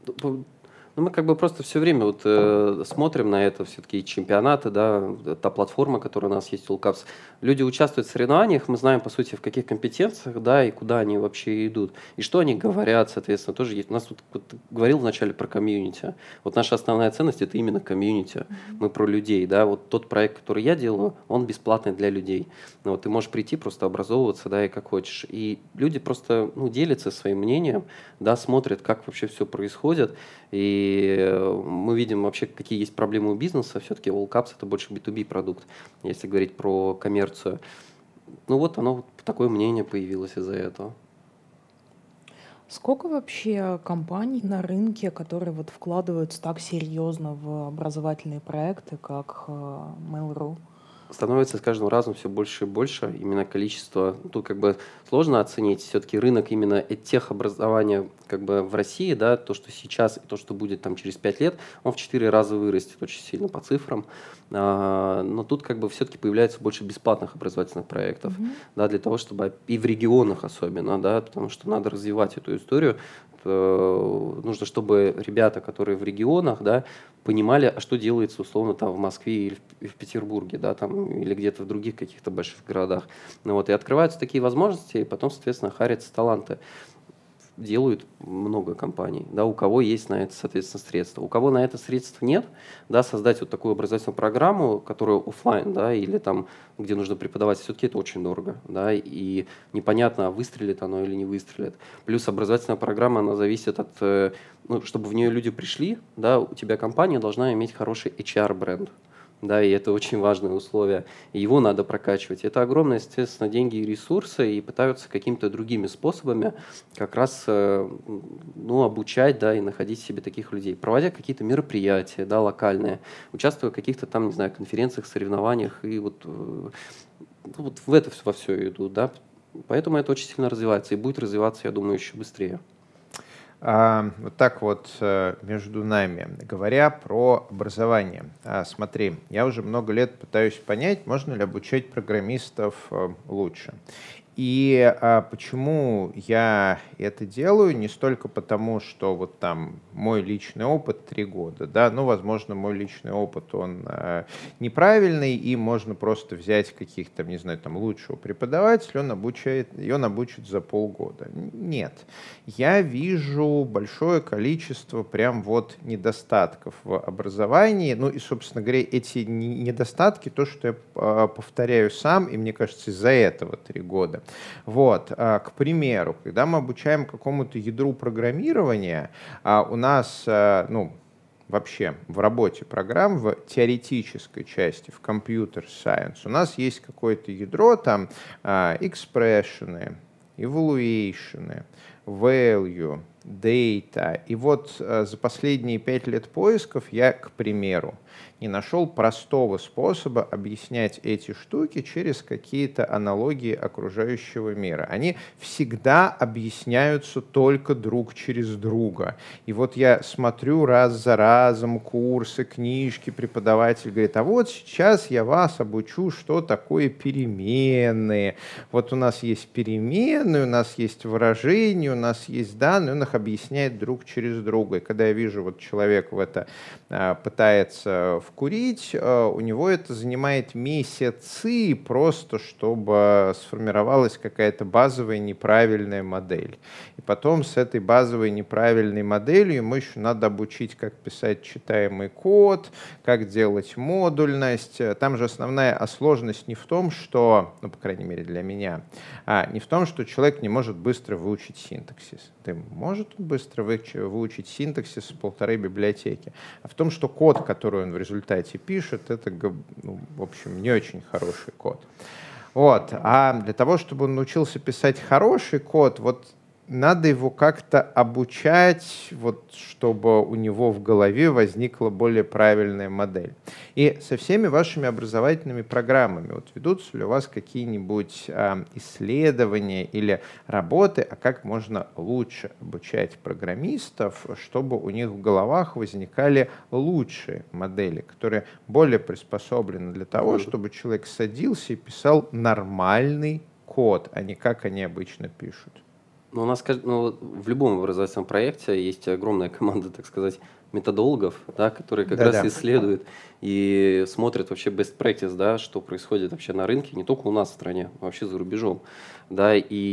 Ну, мы как бы просто все время вот э, смотрим на это, все-таки чемпионаты, да, та платформа, которая у нас есть, Улкапс. Люди участвуют в соревнованиях, мы знаем, по сути, в каких компетенциях, да, и куда они вообще идут, и что они говорят, соответственно, тоже есть. У нас вот, вот говорил вначале про комьюнити. Вот наша основная ценность – это именно комьюнити. Мы про людей, да, вот тот проект, который я делаю, он бесплатный для людей. Ну, вот ты можешь прийти, просто образовываться, да, и как хочешь. И люди просто, ну, делятся своим мнением, да, смотрят, как вообще все происходит, и мы видим вообще, какие есть проблемы у бизнеса. Все-таки Allcaps это больше би ту би продукт, если говорить про коммерцию. Ну вот оно, вот такое мнение появилось из-за этого. Сколько вообще компаний на рынке, которые вот вкладываются так серьезно в образовательные проекты, как Mail.ru? Становится с каждым разом все больше и больше. Именно количество, тут как бы сложно оценить, все-таки рынок именно техобразования как бы в России, да, то, что сейчас и то, что будет там через пять лет, он в четыре раза вырастет очень сильно по цифрам. А, но тут как бы все-таки появляется больше бесплатных образовательных проектов, mm-hmm. да, для того, чтобы и в регионах особенно, да, потому что надо развивать эту историю. Нужно, чтобы ребята, которые в регионах, да, понимали, а что делается условно там в Москве или в, в Петербурге, да, там, или где-то в других каких-то больших городах. Ну, вот, и открываются такие возможности, и потом, соответственно, харятся таланты. Делают много компаний, да, у кого есть на это, соответственно, средства. У кого на это средств нет, да, создать вот такую образовательную программу, которая офлайн, да, или там, где нужно преподавать, все-таки это очень дорого, да, и непонятно, выстрелит оно или не выстрелит. Плюс образовательная программа, она зависит от, ну, чтобы в нее люди пришли, да, у тебя компания должна иметь хороший эйч ар-бренд. да, и это очень важное условие, и его надо прокачивать. Это огромные, естественно, деньги и ресурсы, и пытаются какими-то другими способами как раз ну, обучать, да, и находить себе таких людей, проводя какие-то мероприятия, да, локальные, участвуя в каких-то там, не знаю, конференциях, соревнованиях, и вот, вот в это во все идут, да, поэтому это очень сильно развивается, и будет развиваться, я думаю, еще быстрее. А, вот так вот между нами, говоря про образование. А, смотри, я уже много лет пытаюсь понять, можно ли обучать программистов лучше. И а, почему я это делаю? Не столько потому, что вот там мой личный опыт три года, да, ну, возможно, мой личный опыт, он а, неправильный, и можно просто взять каких-то, не знаю, там, лучшего преподавателя, он обучает, и он обучит за полгода. Нет. Я вижу большое количество прям вот недостатков в образовании, ну, и, собственно говоря, эти недостатки, то, что я а, повторяю сам, и мне кажется, из-за этого три года. Вот, к примеру, когда мы обучаем какому-то ядру программирования, у нас, ну, вообще в работе программ, в теоретической части, в computer science, у нас есть какое-то ядро, там, expression, evaluation, value, data. И вот за последние пять лет поисков я, к примеру, не нашел простого способа объяснять эти штуки через какие-то аналогии окружающего мира. Они всегда объясняются только друг через друга. И вот я смотрю раз за разом курсы, книжки, преподаватель говорит, а вот сейчас я вас обучу, что такое переменные. Вот у нас есть переменные, у нас есть выражения, у нас есть данные, он их объясняет друг через друга. И когда я вижу, вот человек в это а, пытается вкурить, у него это занимает месяцы просто, чтобы сформировалась какая-то базовая неправильная модель. И потом с этой базовой неправильной моделью ему еще надо обучить, как писать читаемый код, как делать модульность. Там же основная сложность не в том, что, ну, по крайней мере для меня, а не в том, что человек не может быстро выучить синтаксис. Да может он быстро выучить синтаксис с полторы библиотеки, а в том, что код, который он в результате пишет, это, ну, в общем, не очень хороший код. Вот. А для того, чтобы он научился писать хороший код, вот надо его как-то обучать, вот, чтобы у него в голове возникла более правильная модель. И со всеми вашими образовательными программами вот, ведутся ли у вас какие-нибудь а, исследования или работы, а как можно лучше обучать программистов, чтобы у них в головах возникали лучшие модели, которые более приспособлены для того, чтобы человек садился и писал нормальный код, а не как они обычно пишут. Ну, у нас ну, в любом образовательном проекте есть огромная команда, так сказать, методологов, да, которые как Да-да. раз исследуют и смотрят вообще best practice, да, что происходит вообще на рынке, не только у нас в стране, а вообще за рубежом. Да,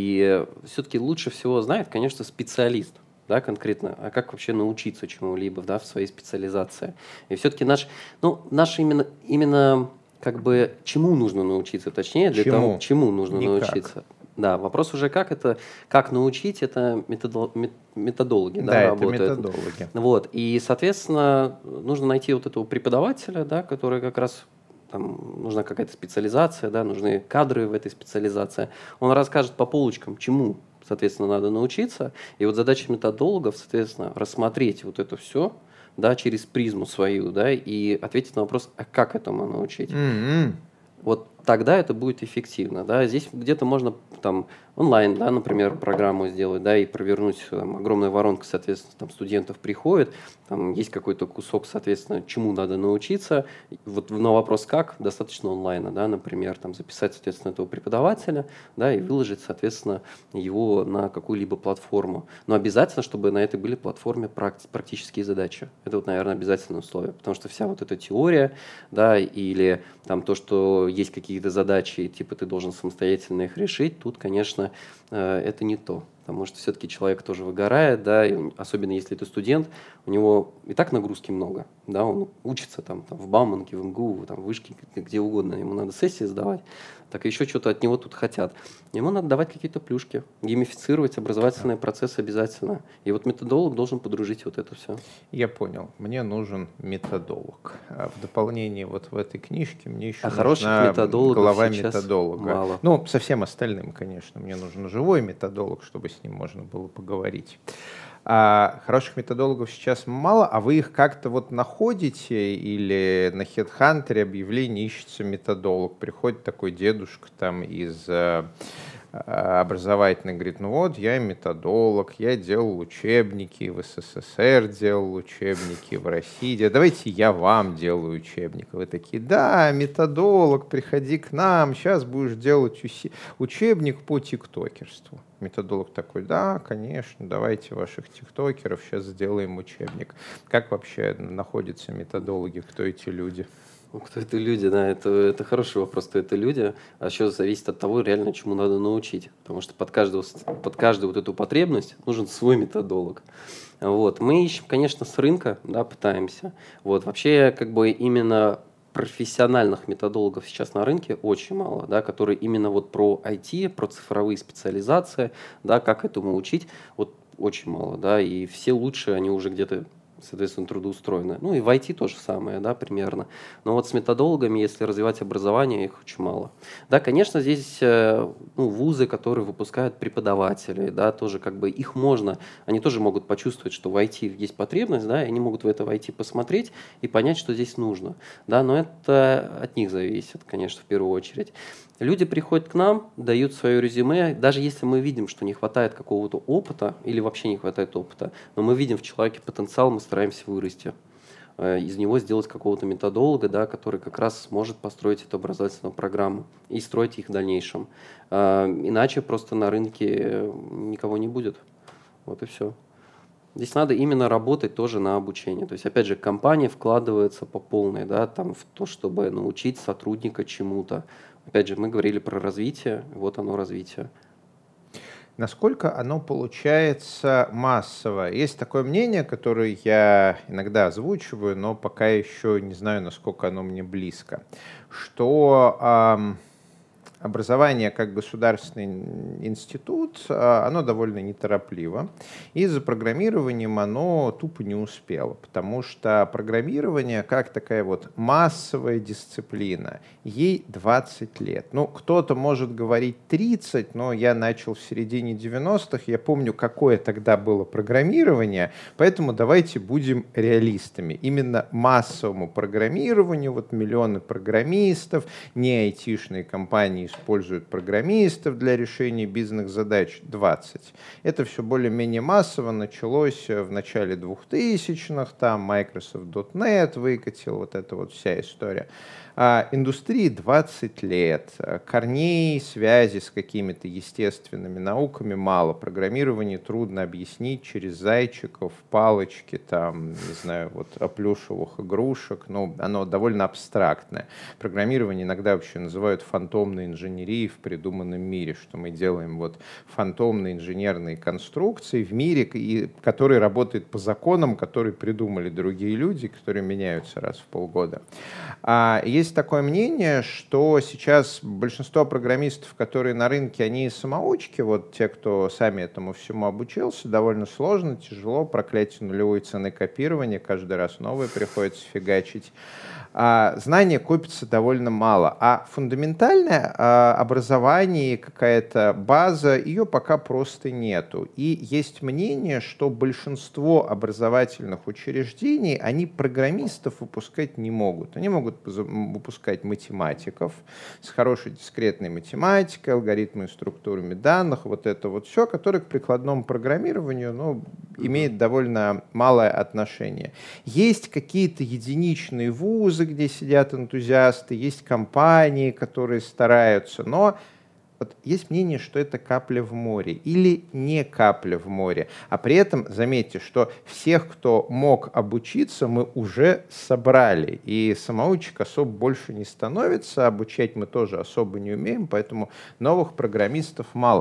и все-таки лучше всего знает, конечно, специалист. Да, конкретно, а как вообще научиться чему-либо, да, в своей специализации. И все-таки наш, ну, наш именно, именно как бы чему нужно научиться, точнее, для чему? того, чему нужно Никак. научиться. Да, вопрос уже как это, как научить, это методо, методологи, да, да, работают. это методологи. Вот, и, соответственно, нужно найти вот этого преподавателя, да, который как раз, там, нужна какая-то специализация, да, нужны кадры в этой специализации. Он расскажет по полочкам, чему, соответственно, надо научиться. И вот задача методологов, соответственно, рассмотреть вот это все, да, через призму свою, да, и ответить на вопрос, а как этому научить? Mm-hmm. Вот тогда это будет эффективно. Да? Здесь где-то можно там, онлайн, да, например, программу сделать, да, и провернуть. Там, огромная воронка, соответственно, там, студентов приходит, там есть какой-то кусок, соответственно, чему надо научиться. Вот на вопрос «как» достаточно онлайна, да, например, там, записать, соответственно, этого преподавателя, да, и выложить, соответственно, его на какую-либо платформу. Но обязательно, чтобы на этой были платформе практи- практические задачи. Это, вот, наверное, обязательное условие, потому что вся вот эта теория, да, или там то, что есть какие-то задачи, типа ты должен самостоятельно их решить, тут, конечно, это не то. потому что все-таки человек тоже выгорает, да, и особенно если ты студент, у него и так нагрузки много, да, он учится там, там в Бауманке, в эм гэ у, там, в Вышке, где угодно, ему надо сессии сдавать, так еще что-то от него тут хотят. Ему надо давать какие-то плюшки, геймифицировать образовательные процессы обязательно. И вот методолог должен подружить вот это все. Я понял. Мне нужен методолог. А в дополнение вот в этой книжке мне еще а нужна голова сейчас методолога. Мало. Ну, со всем остальным, конечно. Мне нужен живой методолог, чтобы с ним можно было поговорить. А хороших методологов сейчас мало, а вы их как-то вот находите или на HeadHunter объявление ищется методолог, приходит такой дедушка там из образовательный, говорит, ну вот, я методолог, я делал учебники, в эс эс эс эр делал учебники, в России, давайте я вам делаю учебник. Вы такие, да, методолог, приходи к нам, сейчас будешь делать учебник по тиктокерству. Методолог такой, да, конечно, давайте ваших тиктокеров, сейчас сделаем учебник. Как вообще находятся методологи, кто эти люди? Кто это люди, да, это, это хороший вопрос, кто это люди, а еще зависит от того, реально, чему надо научить, потому что под каждую, под каждую вот эту потребность нужен свой методолог. Вот. Мы ищем, конечно, с рынка, да, пытаемся. Вот. Вообще, как бы именно профессиональных методологов сейчас на рынке очень мало, да, которые именно вот про ай ти, про цифровые специализации, да, как этому учить, вот очень мало, да, и все лучшие, они уже где-то, соответственно, трудоустроены. Ну и в ай ти то же самое, да, примерно. Но вот с методологами, если развивать образование, их очень мало. Да, конечно, здесь ну, вузы, которые выпускают преподавателей, да, тоже как бы их можно, они тоже могут почувствовать, что в ай ти есть потребность, да, и они могут в это в ай ти посмотреть и понять, что здесь нужно. Да, но это от них зависит, конечно, в первую очередь. Люди приходят к нам, дают свое резюме, даже если мы видим, что не хватает какого-то опыта или вообще не хватает опыта, но мы видим в человеке потенциал, мы стараемся вырасти, из него сделать какого-то методолога, да, который как раз сможет построить эту образовательную программу и строить их в дальнейшем. Иначе просто на рынке никого не будет. Вот и все. Здесь надо именно работать тоже на обучение. То есть, опять же, компания вкладывается по полной, да, там, в то, чтобы научить сотрудника чему-то. Опять же, мы говорили про развитие, вот оно развитие. Насколько оно получается массово? Есть такое мнение, которое я иногда озвучиваю, но пока еще не знаю, насколько оно мне близко, что эм, образование как государственный институт, оно довольно неторопливо, и за программированием оно тупо не успело, потому что программирование как такая вот массовая дисциплина, ей двадцать лет. Ну, кто-то может говорить тридцать, но я начал в середине девяностых, я помню, какое тогда было программирование, поэтому давайте будем реалистами. Именно массовому программированию, вот миллионы программистов, не айтишные компании используют программистов для решения бизнес-задач двадцать. Это все более-менее массово началось в начале двухтысячных, там Microsoft точка нет выкатил, вот эта вот вся история. А индустрии двадцать лет, корней, связи с какими-то естественными науками мало. Программирование трудно объяснить через зайчиков, палочки, там, не знаю, вот плюшевых игрушек. Ну, оно довольно абстрактное. Программирование иногда вообще называют фантомной инженерией в придуманном мире, что мы делаем вот фантомные инженерные конструкции в мире, и, который работает по законам, которые придумали другие люди, которые меняются раз в полгода. А есть Есть такое мнение, что сейчас большинство программистов, которые на рынке, они самоучки, вот те, кто сами этому всему обучился, довольно сложно, тяжело, проклятие нулевой цены копирования, каждый раз новое приходится фигачить. А знания копится довольно мало, а фундаментальное а, образование, какая-то база, ее пока просто нету. И есть мнение, что большинство образовательных учреждений, они программистов выпускать не могут. Они могут выпускать математиков с хорошей дискретной математикой, алгоритмами, структурами данных, вот это вот все, которое к прикладному программированию, ну, имеет довольно малое отношение. Есть какие-то единичные вузы, где сидят энтузиасты, есть компании, которые стараются, но вот есть мнение, что это капля в море или не капля в море. А при этом заметьте, что всех, кто мог обучиться, мы уже собрали. И самоучек особо больше не становится, обучать мы тоже особо не умеем, поэтому новых программистов мало.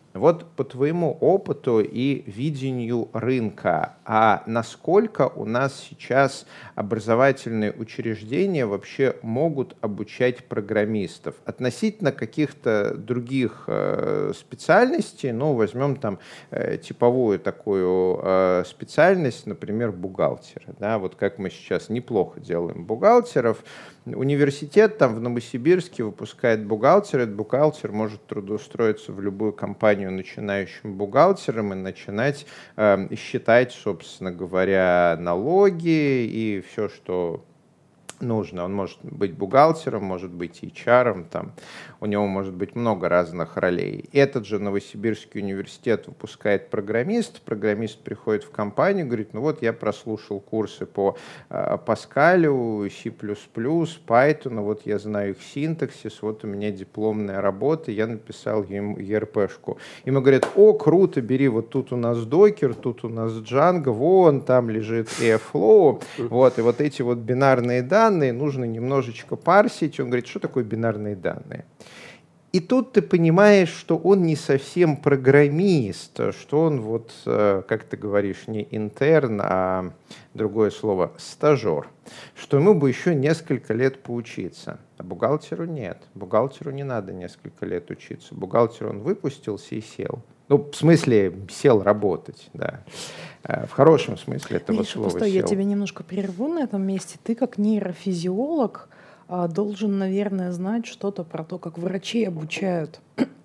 Вот по твоему опыту и видению рынка, а насколько у нас сейчас образовательные учреждения вообще могут обучать программистов? Относительно каких-то других э, специальностей, ну, возьмем там э, типовую такую э, специальность, например, бухгалтера. Да? Вот как мы сейчас неплохо делаем бухгалтеров. Университет там в Новосибирске выпускает бухгалтера, этот бухгалтер может трудоустроиться в любую компанию начинающим бухгалтером и начинать э, считать, собственно говоря, налоги и все, что нужно. Он может быть бухгалтером, может быть эйч ар, там, у него может быть много разных ролей. Этот же Новосибирский университет выпускает программист, программист приходит в компанию, говорит, ну вот я прослушал курсы по э, Паскалю, C++, Python, вот я знаю их синтаксис, вот у меня дипломная работа, я написал им и эр пи-шку. Ему говорят, о, круто, бери, вот тут у нас докер, тут у нас Django, вон там лежит Airflow, вот, и вот эти вот бинарные данные нужно немножечко парсить. Он говорит, что такое бинарные данные? И тут ты понимаешь, что он не совсем программист, что он, вот, как ты говоришь, не интерн, а другое слово, стажер, что ему бы еще несколько лет поучиться. А бухгалтеру нет. Бухгалтеру не надо несколько лет учиться. Бухгалтеру он выпустился и сел. Ну, в смысле, сел работать, да. В хорошем смысле этого Миша, слова постой, сел. я тебя немножко прерву на этом месте. Ты как нейрофизиолог должен, наверное, знать что-то про то, как врачей обучают.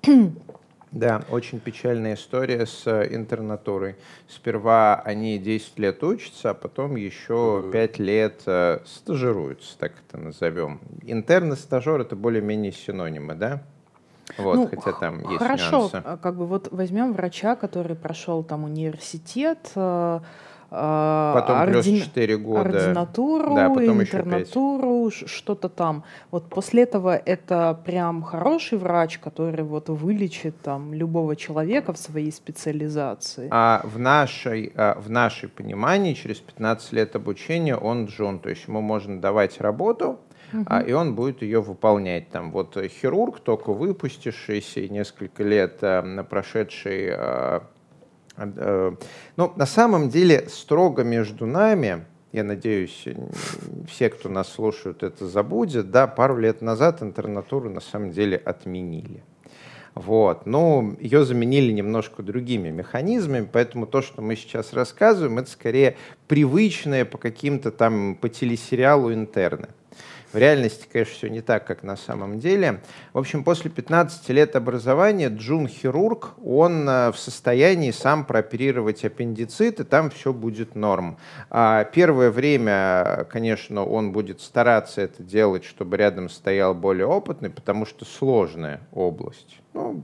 Да, очень печальная история с интернатурой. Сперва они десять лет учатся, а потом еще пять лет стажируются, так это назовем. Интерн и стажер — это более-менее синонимы, да? Вот, ну, хотя там есть хорошо, нюансы. Как бы вот возьмем врача, который прошел там университет, потом ордин... плюс четыре года. ординатуру, да, потом интернатуру, что-то там. Вот после этого это прям хороший врач, который вот вылечит там любого человека в своей специализации. А в нашей, в нашей понимании через пятнадцать лет обучения он джун, то есть ему можно давать работу, Uh-huh. и он будет ее выполнять. Там, вот, хирург, только выпустившийся и несколько лет э, прошедший. Э, э, ну, на самом деле, строго между нами, я надеюсь, все, кто нас слушают, это забудет, да, пару лет назад интернатуру на самом деле отменили. Вот. Но ее заменили немножко другими механизмами, поэтому то, что мы сейчас рассказываем, это скорее привычное по каким-то там, по телесериалу интерны. В реальности, конечно, все не так, как на самом деле. В общем, после пятнадцати лет образования джун-хирург, он в состоянии сам прооперировать аппендицит, и там все будет норм. А первое время, конечно, он будет стараться это делать, чтобы рядом стоял более опытный, потому что сложная область. Ну,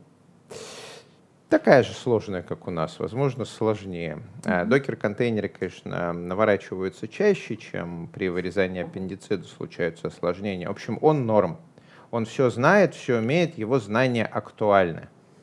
такая же сложная, как у нас, возможно, сложнее. Mm-hmm. Докер-контейнеры, конечно, наворачиваются чаще, чем при вырезании аппендицита случаются осложнения. В общем, он норм. Он все знает, все умеет, его знания актуальны.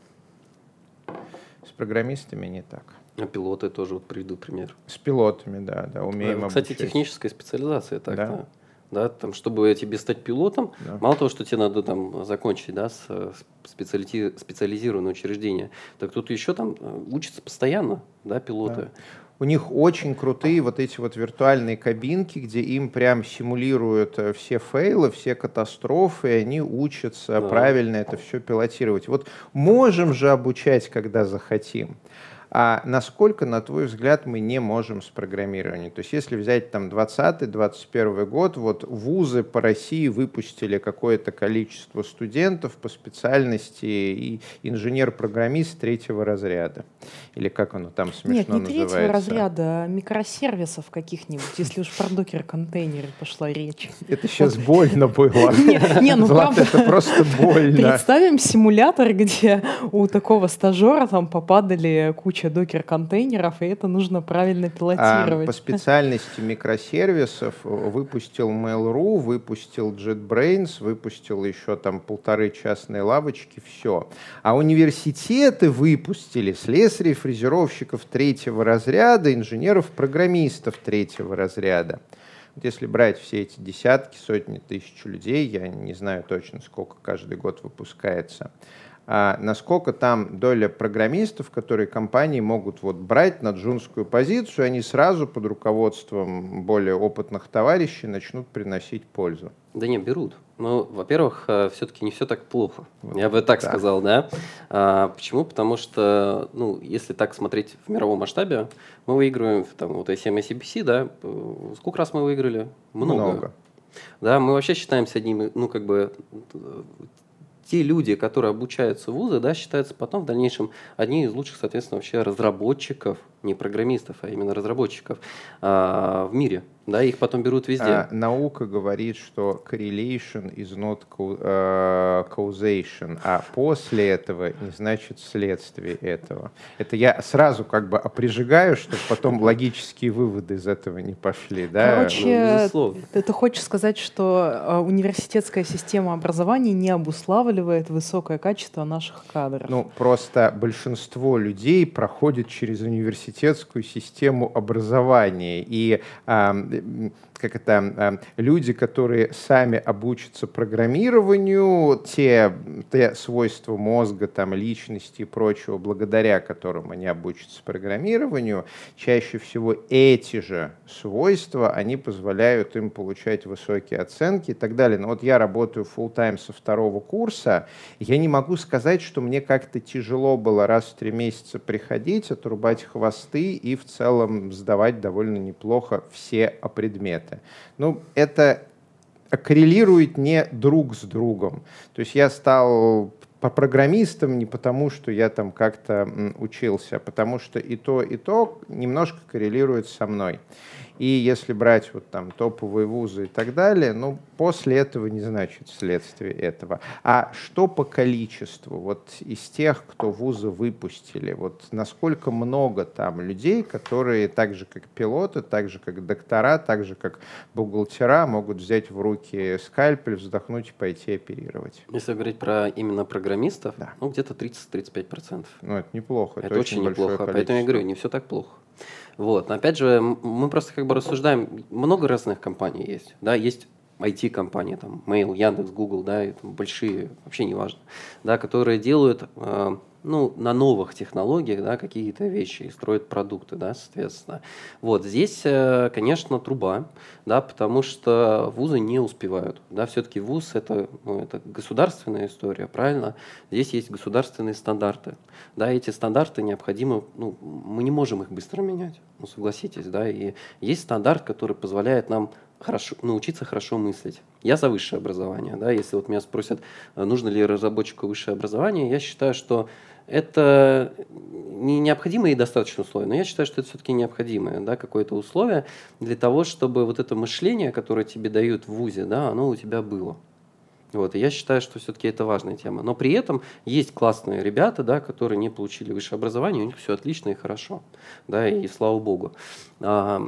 С программистами не так. А пилоты тоже, вот приведу пример. С пилотами, да, да, умеем а, Кстати, обучать. Техническая специализация так, да. Да. Да, там, чтобы тебе стать пилотом, да. мало того, что тебе надо там закончить, да, с, специали... специализированное учреждение, так тут еще там учатся постоянно, да, пилоты. Да. У них очень крутые вот эти вот виртуальные кабинки, где им прям симулируют все фейлы, все катастрофы, и они учатся да. правильно это все пилотировать. Вот можем же обучать, когда захотим. А насколько, на твой взгляд, мы не можем с программированием? То есть если взять там двадцатый двадцать первый год, вот вузы по России выпустили какое-то количество студентов по специальности и инженер-программист третьего разряда. Или как оно там смешно называется? Нет, не третьего разряда, а микросервисов каких-нибудь, если уж про докер-контейнеры пошла речь. Это сейчас больно было. Не, ну правда. Это просто больно. Представим симулятор, где у такого стажера там попадали куча докер-контейнеров, и это нужно правильно пилотировать. А по специальности микросервисов выпустил Mail.ru, выпустил JetBrains, выпустил еще там полторы частные лавочки, все. А университеты выпустили слесарей, фрезеровщиков третьего разряда, инженеров-программистов третьего разряда. Вот если брать все эти десятки, сотни тысяч людей, я не знаю точно, сколько каждый год выпускается, А насколько там доля программистов, которые компании могут вот брать на джунскую позицию, они сразу под руководством более опытных товарищей начнут приносить пользу? Да не, берут. Ну, во-первых, все-таки не все так плохо. Вот. Я бы так да. сказал, да. А, почему? Потому что, ну, если так смотреть в мировом масштабе, мы выигрываем там вот эй си эм, эй си би си, да. Сколько раз мы выиграли? Много. Много. Да, мы вообще считаемся одними, ну, как бы, те люди, которые обучаются в вузы, да, считаются потом в дальнейшем одни из лучших, соответственно, вообще разработчиков, не программистов, а именно разработчиков а, в мире. Да, их потом берут везде. А, наука говорит, что correlation is not causation, а после этого не значит следствие этого. Это я сразу как бы оприжигаю, чтобы потом логические выводы из этого не пошли. Да? Короче, ну, ты хочешь сказать, что университетская система образования не обуславливает высокое качество наших кадров? Ну, просто большинство людей проходит через университетскую систему образования. И а, как это, люди, которые сами обучатся программированию, те, те свойства мозга, там, личности и прочего, благодаря которым они обучатся программированию, чаще всего эти же свойства, они позволяют им получать высокие оценки и так далее. Но вот я работаю full-time со второго курса, я не могу сказать, что мне как-то тяжело было раз в три месяца приходить, отрубать хвосты и в целом сдавать довольно неплохо все предметы. Ну, это коррелирует не друг с другом. То есть я стал программистом не потому, что я там как-то учился, а потому что и то, и то немножко коррелирует со мной. И если брать вот там топовые вузы и так далее, ну, после этого не значит следствие этого. А что по количеству? Вот из тех, кто вузы выпустили, вот насколько много там людей, которые так же, как пилоты, так же, как доктора, так же, как бухгалтера, могут взять в руки скальпель, вздохнуть и пойти оперировать? Если говорить про именно программистов, да. ну, где-то тридцать-тридцать пять процентов. Ну, это неплохо. Это, это очень, очень неплохо. Количество. Поэтому я говорю, не все так плохо. Вот. Но опять же, мы просто как бы рассуждаем, много разных компаний есть. Да, есть ай ти-компании, там, Mail, Яндекс, Google, да, и там большие, вообще неважно, да, которые делают э, ну, на новых технологиях, да, какие-то вещи и строят продукты, да, соответственно. Вот здесь, э, конечно, труба, да, потому что вузы не успевают, да, все-таки вуз это, ну, это государственная история, правильно? Здесь есть государственные стандарты, да, эти стандарты необходимо, ну, мы не можем их быстро менять, ну, согласитесь, да, и есть стандарт, который позволяет нам Хорошо, научиться хорошо мыслить. Я за высшее образование. Да? Если вот меня спросят, нужно ли разработчику высшее образование, я считаю, что это не необходимое и достаточное условие, но я считаю, что это все-таки необходимое, да, какое-то условие для того, чтобы вот это мышление, которое тебе дают в вузе, да, оно у тебя было. Вот, и я считаю, что все-таки это важная тема. Но при этом есть классные ребята, да, которые не получили высшее образование, у них все отлично и хорошо. Да, и слава богу. А,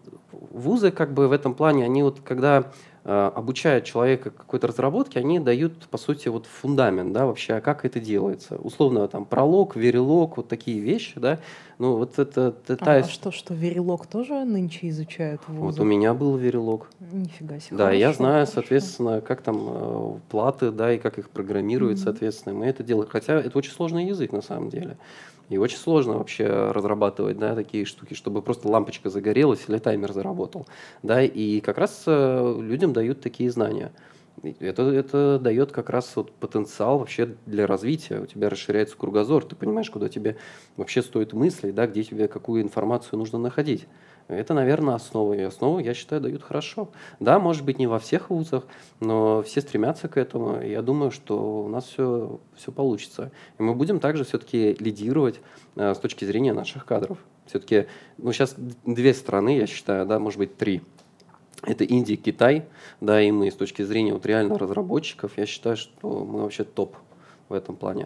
вузы как бы в этом плане, они вот когда а, обучают человека какой-то разработке, они дают, по сути, вот фундамент, да, вообще, а как это делается. Условно, там, пролог, верилог, вот такие вещи, да. Ну, вот это... это а, а что, что, верилог тоже нынче изучают в вузах? Вот у меня был верилог. Нифига себе. Да, хорошо, я знаю, хорошо. соответственно, как там э, платы, да, и как их программируют, mm-hmm. соответственно, мы это делаем. Хотя это очень сложный язык, на самом деле. И очень сложно вообще разрабатывать, да, такие штуки, чтобы просто лампочка загорелась или таймер заработал. Да, и как раз э, людям дают такие знания. Это, это дает как раз вот потенциал вообще для развития. У тебя расширяется кругозор, ты понимаешь, куда тебе вообще стоит мыслить, да, где тебе какую информацию нужно находить. Это, наверное, основа. И основу, я считаю, дают хорошо. Да, может быть, не во всех вузах, но все стремятся к этому. И я думаю, что у нас все, все получится. И мы будем также все-таки лидировать э, с точки зрения наших кадров. Все-таки, ну, сейчас две страны, я считаю, да, может быть, три. Это Индия, Китай, да, и мы с точки зрения вот реально разработчиков, я считаю, что мы вообще топ в этом плане.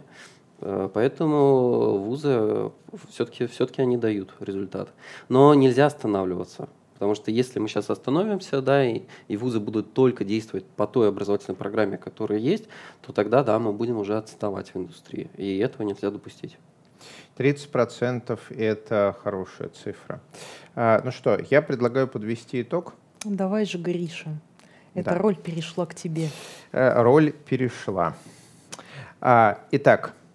Поэтому вузы все-таки, все-таки они дают результат. Но нельзя останавливаться, потому что если мы сейчас остановимся, да, и, и вузы будут только действовать по той образовательной программе, которая есть, то тогда, да, мы будем уже отставать в индустрии, и этого нельзя допустить. тридцать процентов – это хорошая цифра. А, ну что, я предлагаю подвести итог. Давай же, Гриша. Эта да. роль перешла к тебе. Роль перешла. А, итак,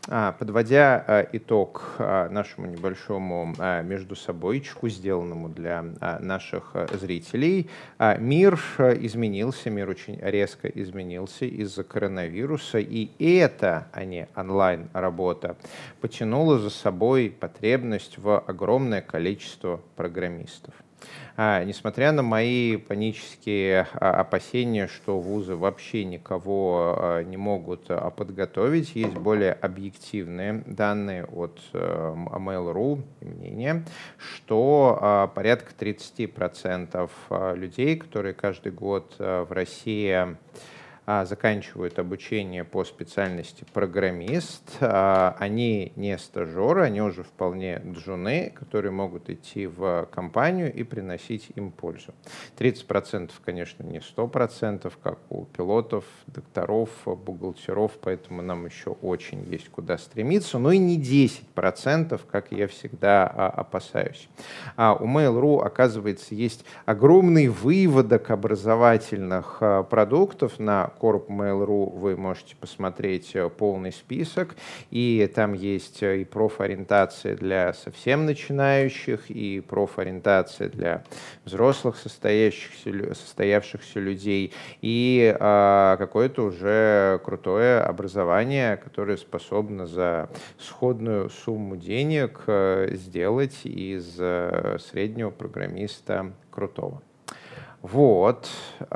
Подводя итог нашему небольшому междусобойчику, сделанному для наших зрителей, мир изменился, мир очень резко изменился из-за коронавируса, и это, а не онлайн-работа, потянуло за собой потребность в огромное количество программистов. А, несмотря на мои панические а, опасения, что вузы вообще никого а, не могут а, подготовить, есть более объективные данные от а, Mail.ru и мнения, что а, порядка тридцать процентов а, людей, которые каждый год а, в России заканчивают обучение по специальности программист, они не стажеры, они уже вполне джуны, которые могут идти в компанию и приносить им пользу. тридцать процентов, конечно, не сто процентов, как у пилотов, докторов, бухгалтеров, поэтому нам еще очень есть куда стремиться, но и не десять процентов, как я всегда опасаюсь. А у Mail.ru, оказывается, есть огромный выводок образовательных продуктов. На Corp Mail.ru вы можете посмотреть полный список, и там есть и профориентация для совсем начинающих, и профориентация для взрослых состоявшихся, состоявшихся людей, и а, какое-то уже крутое образование, которое способно за сходную сумму денег сделать из среднего программиста крутого. Вот,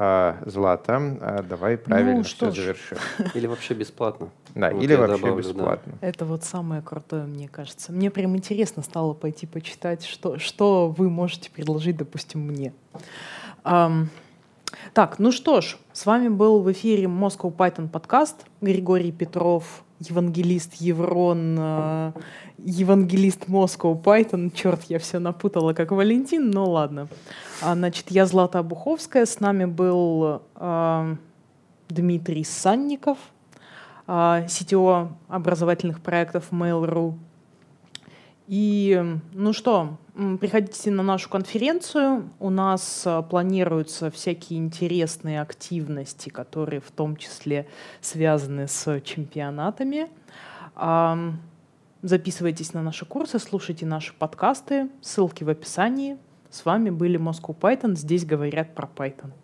Злата, давай правильно ну, все ж. завершим. Или вообще бесплатно. Да, вот или вообще добавлю, бесплатно. Да. Это вот самое крутое, мне кажется. Мне прям интересно стало пойти почитать, что, что вы можете предложить, допустим, мне. Um, так, ну что ж, с вами был в эфире Moscow Python подкаст. Григорий Петров, евангелист Еврон, евангелист Moscow Python. Черт, я все напутала, как Валентин, но ладно. Значит, я Злата Обуховская, с нами был э, Дмитрий Санников, э, си ти о образовательных проектов Mail.ru. И, ну что, приходите на нашу конференцию. У нас планируются всякие интересные активности, которые в том числе связаны с чемпионатами. Э, записывайтесь на наши курсы, слушайте наши подкасты, ссылки в описании. С вами были Moscow Python, здесь говорят про Python.